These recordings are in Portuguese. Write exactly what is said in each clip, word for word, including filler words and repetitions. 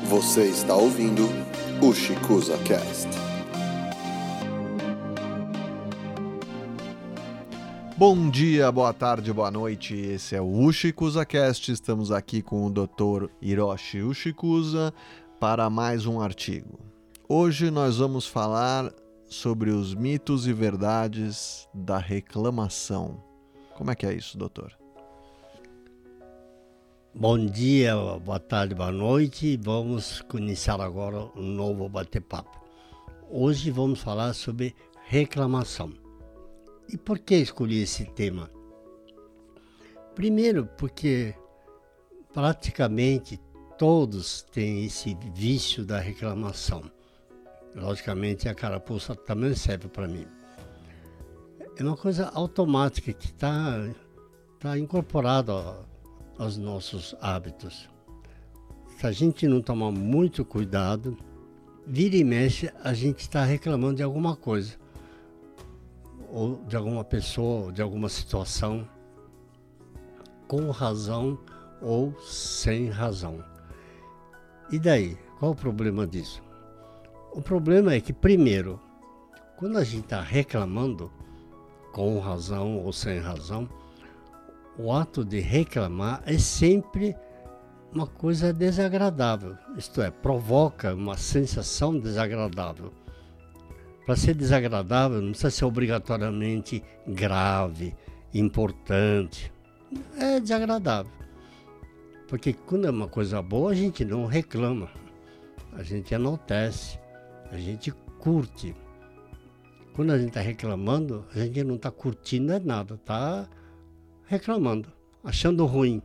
Você está ouvindo o Shikusa Cast. Bom dia, boa tarde, boa noite. Esse é o Ushikusa Cast. Estamos aqui com o doutor Hiroshi Ushikusa para mais um artigo. Hoje nós vamos falar sobre os mitos e verdades da reclamação. Como é que é isso, doutor? Bom dia, boa tarde, boa noite. Vamos iniciar agora um novo bate-papo. Hoje vamos falar sobre reclamação. E por que escolhi esse tema? Primeiro, porque praticamente todos têm esse vício da reclamação. Logicamente, a carapuça também serve para mim. É uma coisa automática que está tá incorporada aos nossos hábitos. Se a gente não tomar muito cuidado, vira e mexe, a gente está reclamando de alguma coisa, ou de alguma pessoa, ou de alguma situação, com razão ou sem razão. E daí? Qual o problema disso? O problema é que, primeiro, quando a gente está reclamando, com razão ou sem razão, o ato de reclamar é sempre uma coisa desagradável, isto é, provoca uma sensação desagradável. Para ser desagradável, não precisa ser obrigatoriamente grave, importante. É desagradável. Porque quando é uma coisa boa, a gente não reclama. A gente enaltece, a gente curte. Quando a gente está reclamando, a gente não está curtindo nada, está reclamando, achando ruim.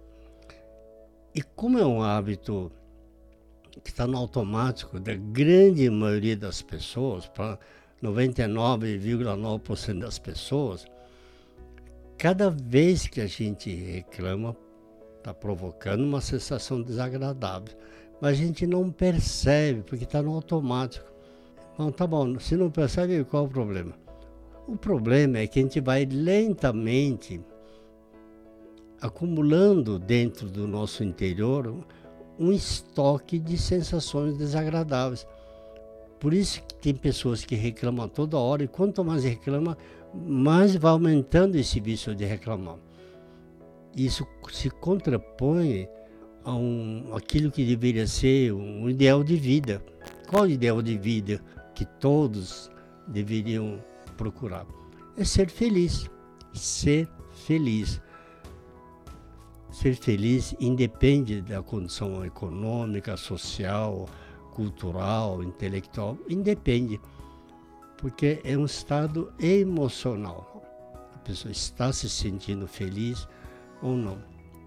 E como é um hábito que está no automático da grande maioria das pessoas, para noventa e nove vírgula nove por cento das pessoas, cada vez que a gente reclama, está provocando uma sensação desagradável. Mas a gente não percebe, porque está no automático. Bom, tá bom, se não percebe, qual é o problema? O problema é que a gente vai lentamente acumulando dentro do nosso interior um estoque de sensações desagradáveis. Por isso que tem pessoas que reclamam toda hora, e quanto mais reclama, mais vai aumentando esse vício de reclamar. Isso se contrapõe a um, aquilo que deveria ser um ideal de vida. Qual o ideal de vida que todos deveriam procurar? É ser feliz. Ser feliz. Ser feliz independe da condição econômica, social, cultural, intelectual, independe, porque é um estado emocional. A pessoa está se sentindo feliz ou não.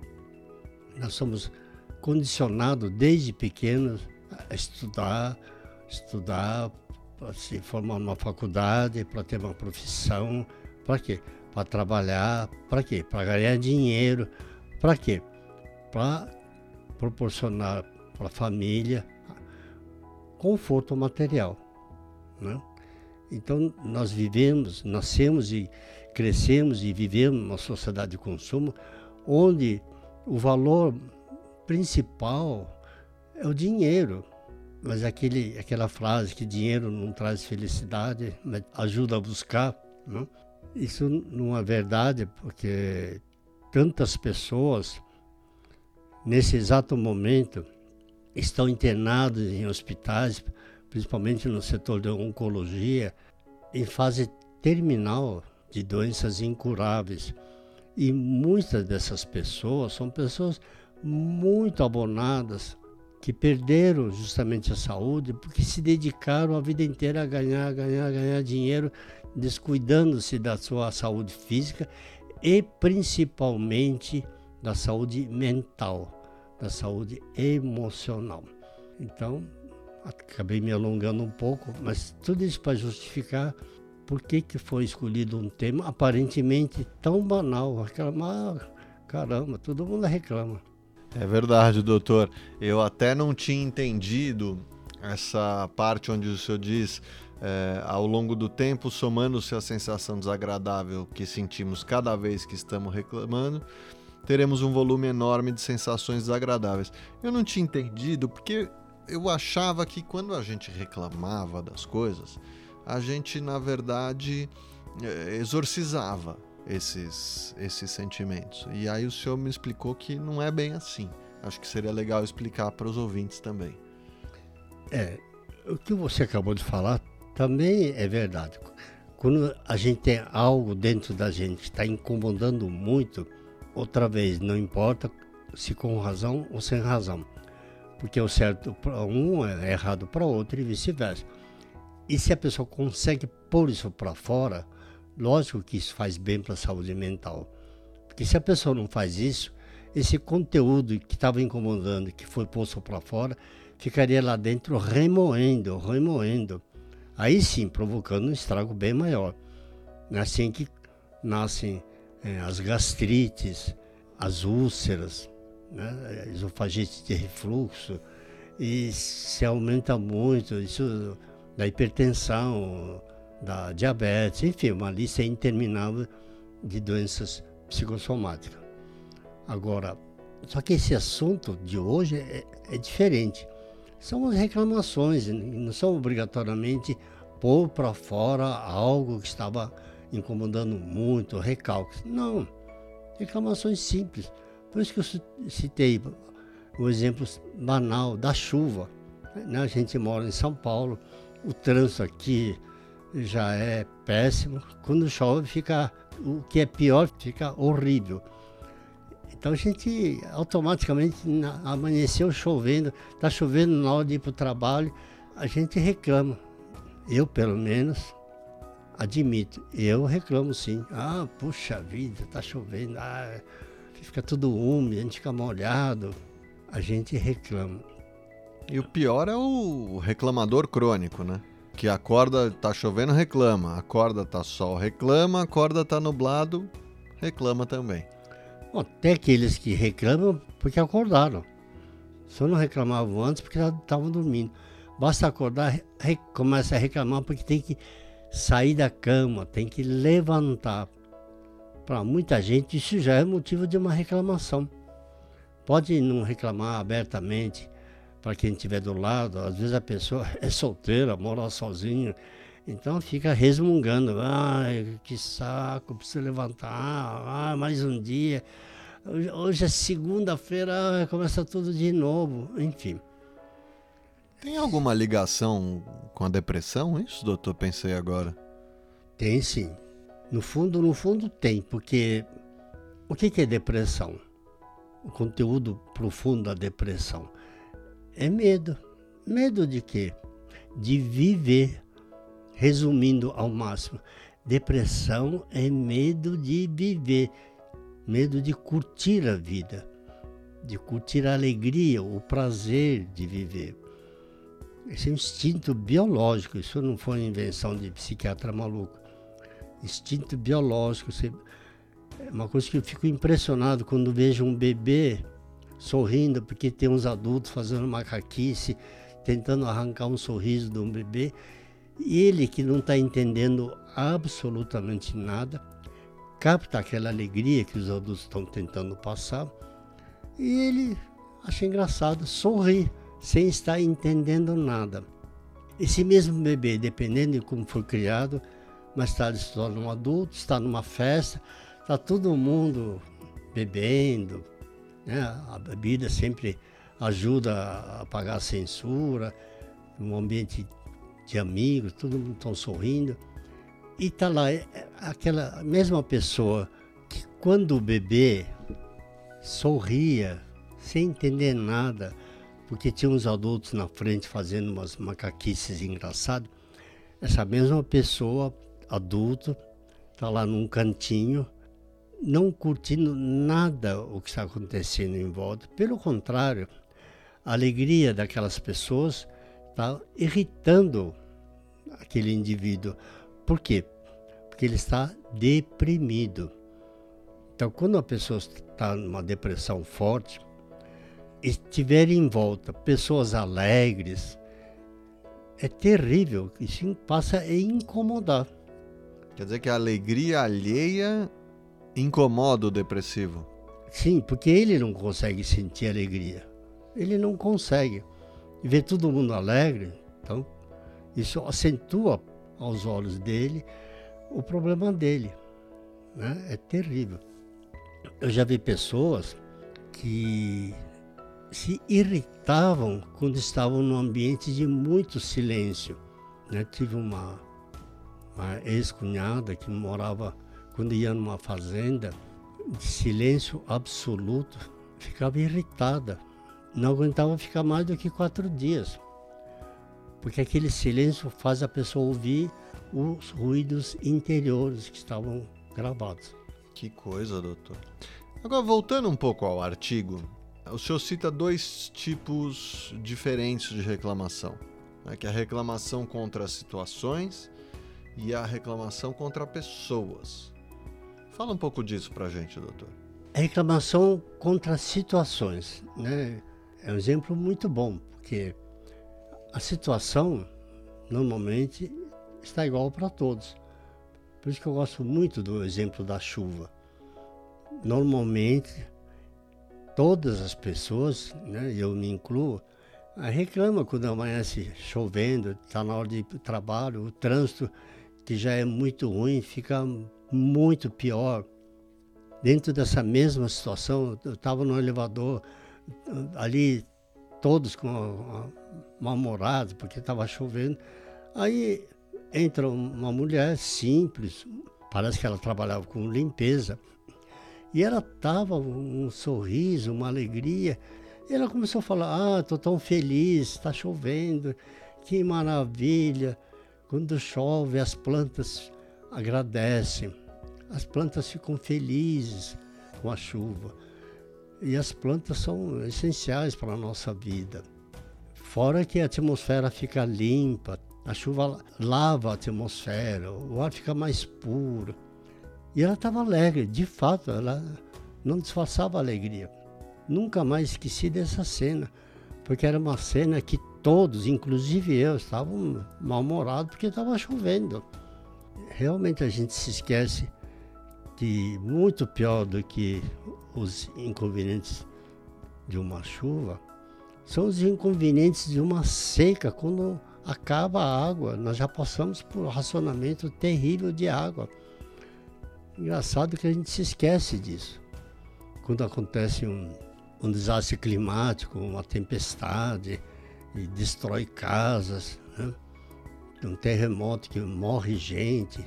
Nós somos condicionados desde pequenos a estudar, estudar, para se formar numa faculdade, para ter uma profissão. Para quê? Para trabalhar. Para quê? Para ganhar dinheiro. Para quê? Para proporcionar para a família conforto material, né? Então, nós vivemos, nascemos e crescemos e vivemos numa sociedade de consumo onde o valor principal é o dinheiro. Mas aquele, aquela frase que dinheiro não traz felicidade, mas ajuda a buscar, né? Isso não é verdade, porque tantas pessoas, nesse exato momento, estão internadas em hospitais, principalmente no setor de oncologia, em fase terminal de doenças incuráveis. E muitas dessas pessoas são pessoas muito abonadas, que perderam justamente a saúde porque se dedicaram a vida inteira a ganhar, ganhar, ganhar dinheiro, descuidando-se da sua saúde física e principalmente da saúde mental, da saúde emocional. Então, acabei me alongando um pouco, mas tudo isso para justificar por que que foi escolhido um tema aparentemente tão banal. Reclamar, caramba, todo mundo reclama. É verdade, doutor. Eu até não tinha entendido essa parte onde o senhor diz É, ao longo do tempo, somando-se a sensação desagradável que sentimos cada vez que estamos reclamando, teremos um volume enorme de sensações desagradáveis. Eu não tinha entendido porque eu achava que quando a gente reclamava das coisas, a gente, na verdade, exorcizava esses, esses sentimentos. E aí o senhor me explicou que não é bem assim. Acho que seria legal explicar para os ouvintes também. É, o que você acabou de falar também é verdade. Quando a gente tem algo dentro da gente que está incomodando muito, outra vez, não importa se com razão ou sem razão. Porque o certo para um é errado para outro e vice-versa. E se a pessoa consegue pôr isso para fora, lógico que isso faz bem para a saúde mental. Porque se a pessoa não faz isso, esse conteúdo que estava incomodando, que foi posto para fora, ficaria lá dentro remoendo, remoendo. Aí sim, provocando um estrago bem maior. É assim que nascem é, as gastrites, as úlceras, né, esofagite de refluxo, e se aumenta muito isso da hipertensão, da diabetes, enfim, uma lista interminável de doenças psicossomáticas. Agora, só que esse assunto de hoje é, é diferente. São as reclamações, não são obrigatoriamente pôr para fora algo que estava incomodando muito, recalques. Não, reclamações simples. Por isso que eu citei o exemplo banal da chuva. Né? A gente mora em São Paulo, o trânsito aqui já é péssimo. Quando chove, fica, o que é pior, fica horrível. Então a gente automaticamente amanheceu chovendo, está chovendo na hora de ir para o trabalho, a gente reclama. Eu, pelo menos, admito, eu reclamo sim. Ah, puxa vida, está chovendo, ah, fica tudo úmido, a gente fica molhado, a gente reclama. E o pior é o reclamador crônico, né? Que acorda, tá chovendo, reclama, acorda, tá sol, reclama, acorda, tá nublado, reclama também. Bom, tem aqueles que reclamam porque acordaram. Só não reclamavam antes porque estavam dormindo. Basta acordar, re, começa a reclamar porque tem que sair da cama, tem que levantar. Para muita gente isso já é motivo de uma reclamação. Pode não reclamar abertamente para quem estiver do lado. Às vezes a pessoa é solteira, mora sozinha. Então fica resmungando, ai, que saco, preciso levantar, ah, mais um dia, hoje é segunda-feira, começa tudo de novo, enfim. Tem alguma ligação com a depressão, isso, doutor? Pensei agora. Tem sim, no fundo, no fundo tem, porque o que que é depressão? O conteúdo profundo da depressão é medo. Medo de quê? De viver. Resumindo ao máximo, depressão é medo de viver, medo de curtir a vida, de curtir a alegria, o prazer de viver. Esse é um instinto biológico, isso não foi invenção de psiquiatra maluco. Instinto biológico, é uma coisa que eu fico impressionado quando vejo um bebê sorrindo, porque tem uns adultos fazendo macaquice, tentando arrancar um sorriso de um bebê. E ele, que não está entendendo absolutamente nada, capta aquela alegria que os adultos estão tentando passar e ele acha engraçado, sorri, sem estar entendendo nada. Esse mesmo bebê, dependendo de como for criado, mais tarde se torna um adulto, está numa festa, está todo mundo bebendo, né? A bebida sempre ajuda a apagar a censura, um ambiente de amigos, todo mundo está sorrindo, e está lá aquela mesma pessoa que quando o bebê sorria, sem entender nada, porque tinha uns adultos na frente fazendo umas macaquices engraçadas, essa mesma pessoa, adulto, está lá num cantinho, não curtindo nada o que está acontecendo em volta. Pelo contrário, a alegria daquelas pessoas está irritando aquele indivíduo. Por quê? Porque ele está deprimido. Então, quando a pessoa está numa depressão forte e tiver em volta pessoas alegres, é terrível. Isso passa a incomodar. Quer dizer que a alegria alheia incomoda o depressivo? Sim, porque ele não consegue sentir alegria. Ele não consegue. e vê todo mundo alegre, então isso acentua aos olhos dele o problema dele, né? É terrível. Eu já vi pessoas que se irritavam quando estavam num ambiente de muito silêncio, né? Tive uma, uma ex-cunhada que morava, quando ia numa fazenda, de silêncio absoluto, ficava irritada. Não aguentava ficar mais do que quatro dias. Porque aquele silêncio faz a pessoa ouvir os ruídos interiores que estavam gravados. Que coisa, doutor. Agora, voltando um pouco ao artigo, o senhor cita dois tipos diferentes de reclamação, né? Que é a reclamação contra situações e a reclamação contra pessoas. Fala um pouco disso pra gente, doutor. A reclamação contra situações, né? É um exemplo muito bom, porque a situação normalmente está igual para todos. Por isso que eu gosto muito do exemplo da chuva. Normalmente, todas as pessoas, né, eu me incluo, reclamam quando amanhece chovendo, está na hora de trabalho, o trânsito, que já é muito ruim, fica muito pior. Dentro dessa mesma situação, eu estava no elevador, ali todos com mal-humorados, porque estava chovendo. Aí entra uma mulher simples, parece que ela trabalhava com limpeza, e ela estava um sorriso, uma alegria. E ela começou a falar: ah, estou tão feliz, está chovendo, que maravilha. Quando chove, as plantas agradecem, as plantas ficam felizes com a chuva. E as plantas são essenciais para a nossa vida. Fora que a atmosfera fica limpa, a chuva lava a atmosfera, o ar fica mais puro. E ela estava alegre, de fato, ela não disfarçava a alegria. Nunca mais esqueci dessa cena, porque era uma cena que todos, inclusive eu, estavam mal-humorados porque estava chovendo. Realmente a gente se esquece que muito pior do que os inconvenientes de uma chuva são os inconvenientes de uma seca, quando acaba a água. Nós já passamos por um racionamento terrível de água. Engraçado que a gente se esquece disso. Quando acontece um, um desastre climático, uma tempestade, e destrói casas, né? Um terremoto que morre gente,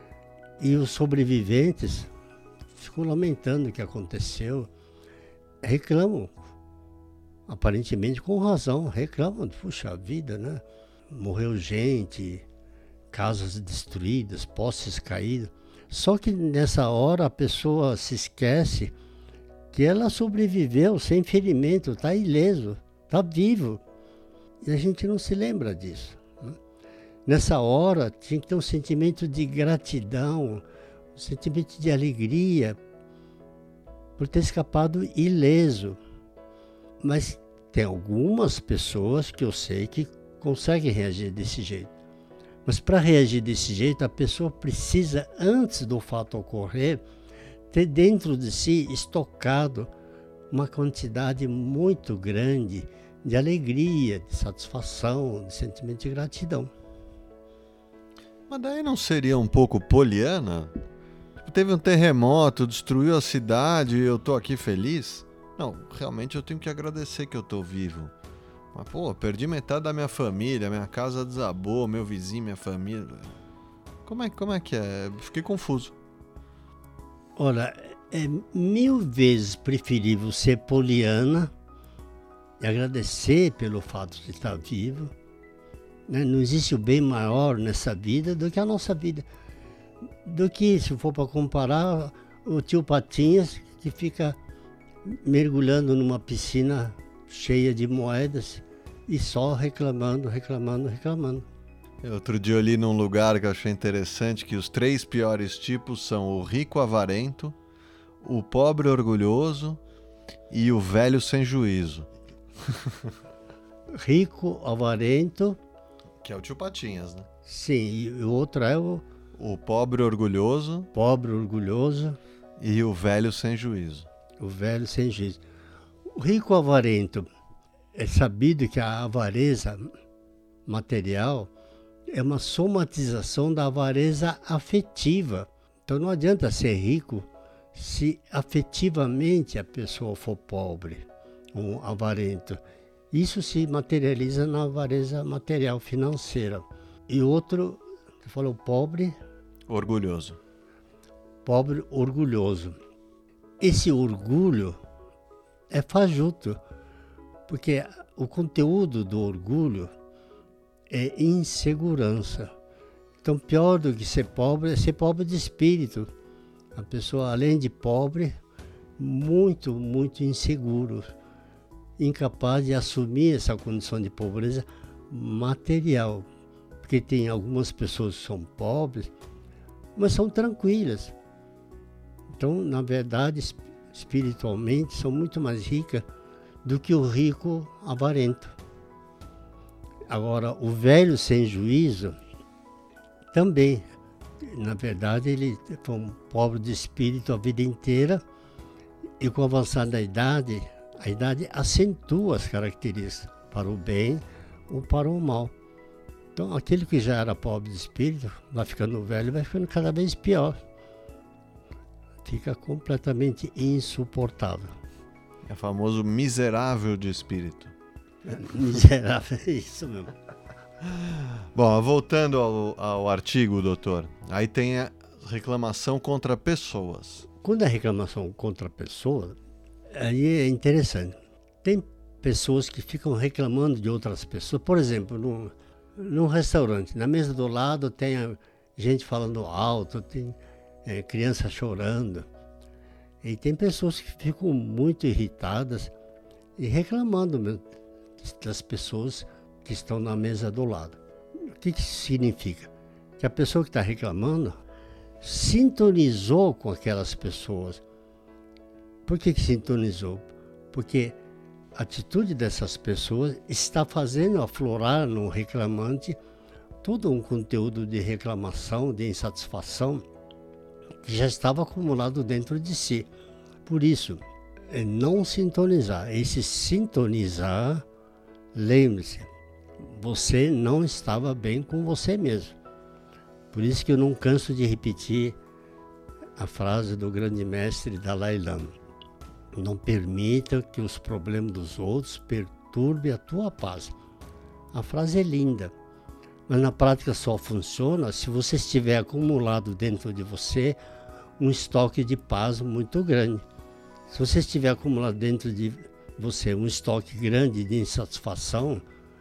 e os sobreviventes ficam lamentando o que aconteceu, reclamam, aparentemente com razão, reclamam, puxa vida, né? Morreu gente, casas destruídas, postes caídos. Só que nessa hora a pessoa se esquece que ela sobreviveu sem ferimento, está ileso, está vivo. E a gente não se lembra disso, né? Nessa hora tinha que ter um sentimento de gratidão, um sentimento de alegria por ter escapado ileso. Mas tem algumas pessoas que eu sei que conseguem reagir desse jeito. Mas para reagir desse jeito, a pessoa precisa, antes do fato ocorrer, ter dentro de si estocado uma quantidade muito grande de alegria, de satisfação, de sentimento de gratidão. Mas daí não seria um pouco poliana? Teve um terremoto, destruiu a cidade e eu tô aqui feliz? Não, realmente eu tenho que agradecer que eu tô vivo. Mas, pô, perdi metade da minha família, minha casa desabou, meu vizinho, minha família. Como é, como é que é? Fiquei confuso. Olha, é mil vezes preferível ser poliana e agradecer pelo fato de estar vivo, né? Não existe o bem maior nessa vida do que a nossa vida. Do que, se for para comparar, o tio Patinhas, que fica mergulhando numa piscina cheia de moedas e só reclamando, reclamando, reclamando. Outro dia eu li num lugar que eu achei interessante que os três piores tipos são o rico avarento, o pobre orgulhoso e o velho sem juízo. Rico, avarento... Que é o tio Patinhas, né? Sim, e o outro é o... O pobre orgulhoso... Pobre orgulhoso... E o velho sem juízo. O velho sem juízo. O rico avarento É sabido que a avareza material é uma somatização da avareza afetiva. Então não adianta ser rico se afetivamente a pessoa for pobre, um avarento. Isso se materializa na avareza material financeira. E outro, você falou pobre... Orgulhoso. Pobre orgulhoso. Esse orgulho é fajuto, porque o conteúdo do orgulho é insegurança. Então, pior do que ser pobre é ser pobre de espírito. A pessoa, além de pobre, muito, muito inseguro, incapaz de assumir essa condição de pobreza material. Porque tem algumas pessoas que são pobres, mas são tranquilas. Então, na verdade, espiritualmente, são muito mais ricas do que o rico avarento. Agora, o velho sem juízo, também, na verdade, ele foi um pobre de espírito a vida inteira e com o avançar da idade, a idade acentua as características para o bem ou para o mal. Então, aquele que já era pobre de espírito, vai ficando velho, vai ficando cada vez pior. Fica completamente insuportável. É o famoso miserável de espírito. Miserável, é isso mesmo. Bom, voltando ao, ao artigo, doutor, aí tem a reclamação contra pessoas. Quando é reclamação contra pessoas, aí é interessante. Tem pessoas que ficam reclamando de outras pessoas. Por exemplo, num, num restaurante, na mesa do lado tem gente falando alto, tem é, criança chorando. E tem pessoas que ficam muito irritadas e reclamando mesmo das pessoas que estão na mesa do lado. O que isso significa? Que a pessoa que está reclamando sintonizou com aquelas pessoas. Por que que sintonizou? Porque a atitude dessas pessoas está fazendo aflorar no reclamante todo um conteúdo de reclamação, de insatisfação, que já estava acumulado dentro de si. Por isso, é não sintonizar. Esse sintonizar, lembre-se, você não estava bem com você mesmo. Por isso que eu não canso de repetir a frase do grande mestre Dalai Lama. Não permita que os problemas dos outros perturbem a tua paz. A frase é linda, mas na prática só funciona se você estiver acumulado dentro de você um estoque de paz muito grande. Se você estiver acumulado dentro de você um estoque grande de insatisfação,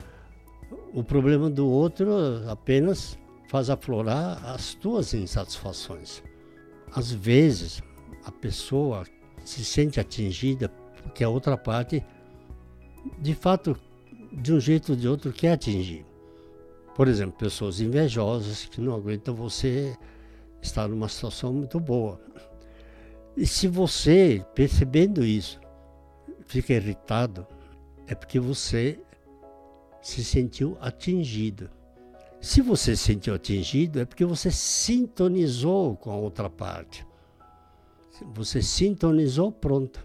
o problema do outro apenas faz aflorar as tuas insatisfações. Às vezes, a pessoa se sente atingida porque a outra parte, de fato, de um jeito ou de outro, quer atingir. Por exemplo, pessoas invejosas que não aguentam você estar numa situação muito boa. E se você, percebendo isso, fica irritado, é porque você se sentiu atingido. Se você se sentiu atingido, é porque você sintonizou com a outra parte. Você sintonizou, pronto.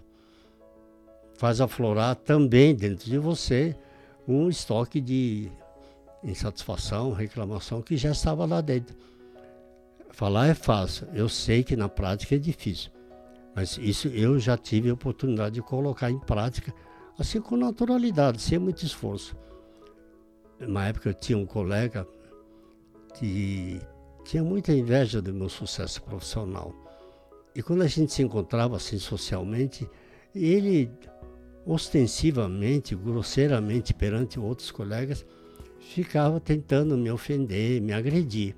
Faz aflorar também dentro de você um estoque de insatisfação, reclamação que já estava lá dentro. Falar é fácil, eu sei que na prática é difícil, mas isso eu já tive a oportunidade de colocar em prática, assim com naturalidade, sem muito esforço. Na época eu tinha um colega que tinha muita inveja do meu sucesso profissional. E quando a gente se encontrava assim socialmente, ele ostensivamente, grosseiramente perante outros colegas, ficava tentando me ofender, me agredir.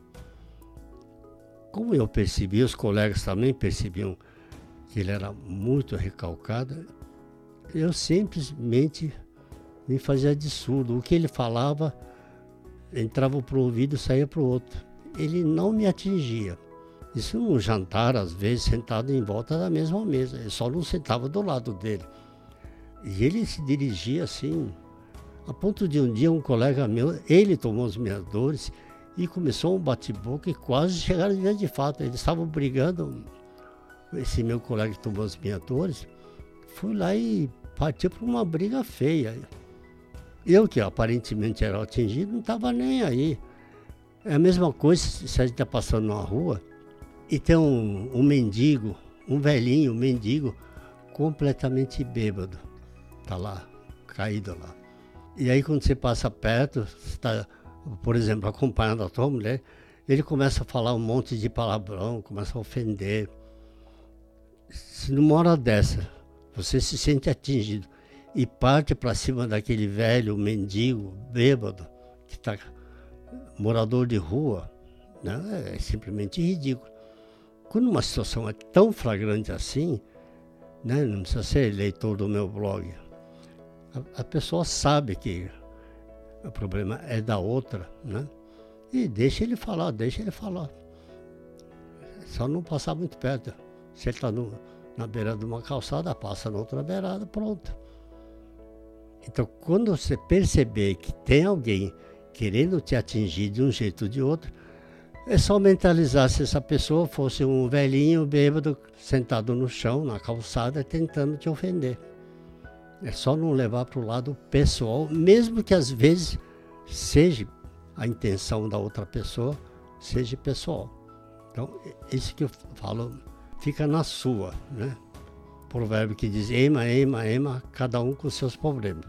Como eu percebi, os colegas também percebiam que ele era muito recalcado, eu simplesmente me fazia de surdo. O que ele falava entrava para o ouvido e saía para o outro. Ele não me atingia. Isso num jantar, às vezes, sentado em volta da mesma mesa. Eu só não sentava do lado dele. E ele se dirigia assim, a ponto de um dia um colega meu, ele tomou as minhas dores e começou um bate-boca e quase chegaram diante de fato. Eles estavam brigando, esse meu colega que tomou as minhas dores, fui lá e partiu para uma briga feia. Eu, que aparentemente era atingido, não estava nem aí. É a mesma coisa se a gente está passando numa rua e tem um, um mendigo, um velhinho, um mendigo, completamente bêbado. Está lá, caído lá. E aí quando você passa perto, você está, por exemplo, acompanhando a tua mulher, ele começa a falar um monte de palavrão, começa a ofender. Se numa hora dessa, você se sente atingido e parte para cima daquele velho mendigo, bêbado, que está morador de rua, né? É simplesmente ridículo. Quando uma situação é tão flagrante assim, né? Não precisa ser leitor do meu blog, a, a pessoa sabe que o problema é da outra, né? E deixa ele falar, deixa ele falar. Só não passar muito perto. Se ele está na beira de uma calçada, passa na outra beirada, pronto. Então, quando você perceber que tem alguém querendo te atingir de um jeito ou de outro, é só mentalizar se essa pessoa fosse um velhinho bêbado sentado no chão, na calçada, tentando te ofender. É só não levar para o lado pessoal, mesmo que às vezes seja a intenção da outra pessoa, seja pessoal. Então, isso que eu falo, fica na sua, né? Provérbio que diz, ema, ema, ema, cada um com seus problemas.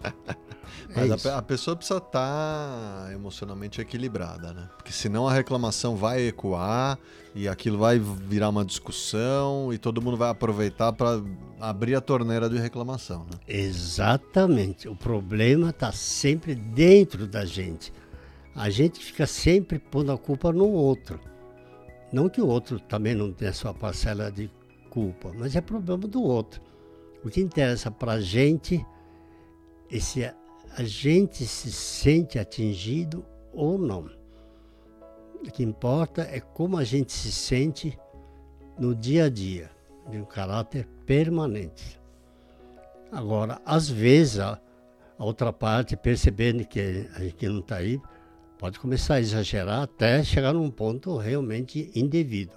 Mas é a, a pessoa precisa estar emocionalmente equilibrada, né? Porque senão a reclamação vai ecoar e aquilo vai virar uma discussão e todo mundo vai aproveitar para abrir a torneira de reclamação, né? Exatamente. O problema está sempre dentro da gente. A gente fica sempre pondo a culpa no outro. Não que o outro também não tenha sua parcela de culpa, mas é problema do outro. O que interessa para a gente é se a gente se sente atingido ou não. O que importa é como a gente se sente no dia a dia, de um caráter permanente. Agora, às vezes, a, a outra parte, percebendo que a gente não está aí, pode começar a exagerar até chegar num ponto realmente indevido.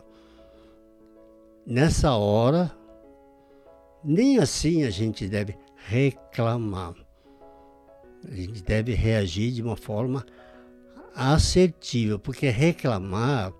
Nessa hora, nem assim a gente deve reclamar. A gente deve reagir de uma forma assertiva, porque reclamar,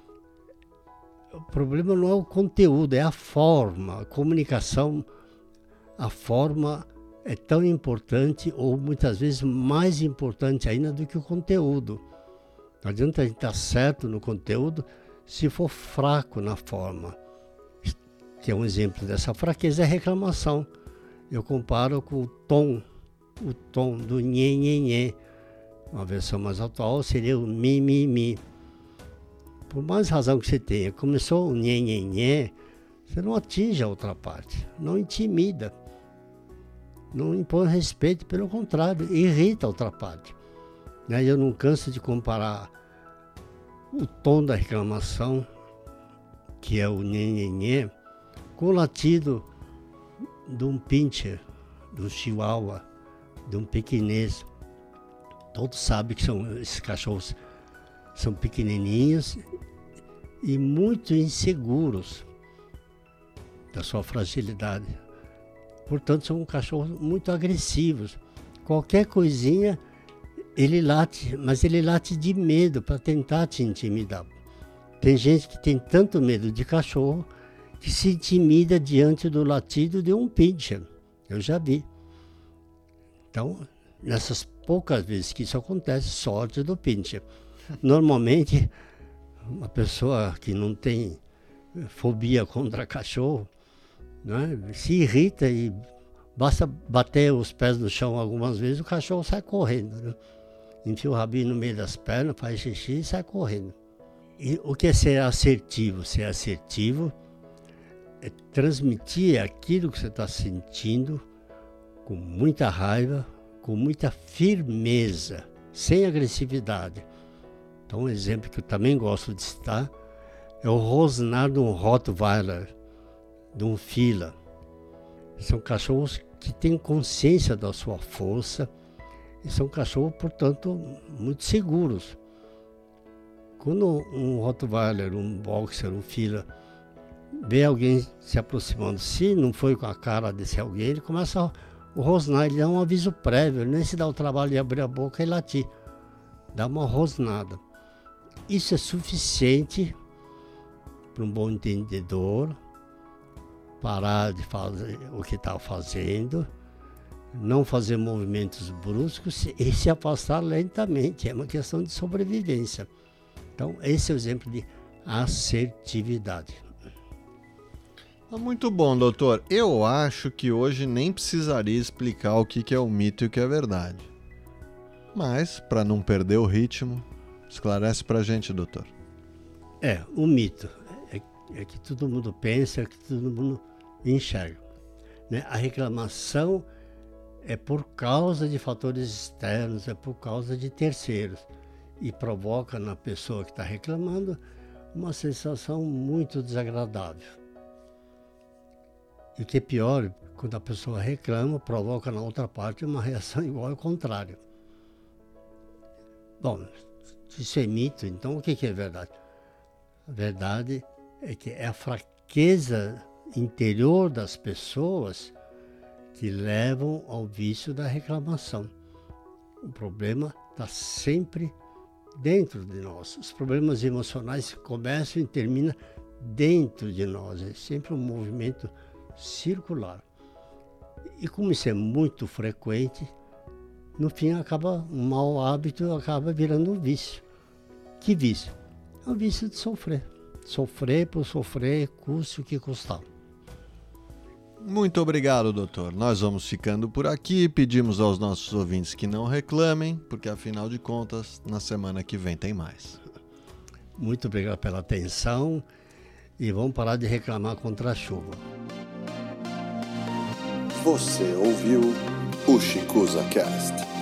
o problema não é o conteúdo, é a forma. A comunicação, a forma é tão importante ou muitas vezes mais importante ainda do que o conteúdo. Não adianta a gente estar certo no conteúdo se for fraco na forma. Que é um exemplo dessa fraqueza é a reclamação. Eu comparo com o tom, o tom do nhê, nhê, nhê. Uma versão mais atual seria o mi, mi, mi. Por mais razão que você tenha, começou o nhê, nhê, nhê, você não atinge a outra parte, não intimida, não impõe respeito, pelo contrário, irrita a outra parte. Né? Eu não canso de comparar o tom da reclamação, que é o nhê, nhê, nhê, com o latido de um pincher, de um chihuahua, de um pequinês. Todos sabem que são, esses cachorros são pequenininhos e muito inseguros da sua fragilidade. Portanto, são cachorros muito agressivos. Qualquer coisinha, ele late, mas ele late de medo para tentar te intimidar. Tem gente que tem tanto medo de cachorro que se intimida diante do latido de um pincher. Eu já vi. Então, nessas poucas vezes que isso acontece, sorte do pincher. Normalmente, uma pessoa que não tem fobia contra cachorro, né, se irrita e basta bater os pés no chão algumas vezes, o cachorro sai correndo. Né? Enfia o rabinho no meio das pernas, faz xixi e sai correndo. E o que é ser assertivo? Ser assertivo é transmitir aquilo que você está sentindo com muita raiva, com muita firmeza, sem agressividade. Então, um exemplo que eu também gosto de citar é o rosnar de um Rottweiler, de um Fila. São cachorros que têm consciência da sua força e são cachorros, portanto, muito seguros. Quando um Rottweiler, um Boxer, um Fila, vê alguém se aproximando, se não foi com a cara desse alguém, ele começa a O rosnar, ele dá um aviso prévio, ele nem se dá o trabalho de abrir a boca e latir. Dá uma rosnada. Isso é suficiente para um bom entendedor parar de fazer o que está fazendo, não fazer movimentos bruscos e se afastar lentamente. É uma questão de sobrevivência. Então, esse é o exemplo de assertividade. Muito bom, doutor. Eu acho que hoje nem precisaria explicar o que é o mito e o que é verdade. Mas, para não perder o ritmo, esclarece para a gente, doutor. É, o mito é, é que todo mundo pensa, é que todo mundo enxerga. Né? A reclamação é por causa de fatores externos, é por causa de terceiros. E provoca na pessoa que está reclamando uma sensação muito desagradável. E o que é pior, quando a pessoa reclama, provoca na outra parte uma reação igual ao contrário. Bom, se isso é mito, então o que é verdade? A verdade é que é a fraqueza interior das pessoas que levam ao vício da reclamação. O problema está sempre dentro de nós. Os problemas emocionais começam e terminam dentro de nós. É sempre um movimento circular. E como isso é muito frequente, no fim acaba um mau hábito, acaba virando um vício. Que vício? É o vício de sofrer. Sofrer por sofrer, custe o que custar. Muito obrigado, doutor. Nós vamos ficando por aqui. Pedimos aos nossos ouvintes que não reclamem, porque afinal de contas, na semana que vem tem mais. Muito obrigado pela atenção e vamos parar de reclamar contra a chuva. Você ouviu o Shicuza Cast.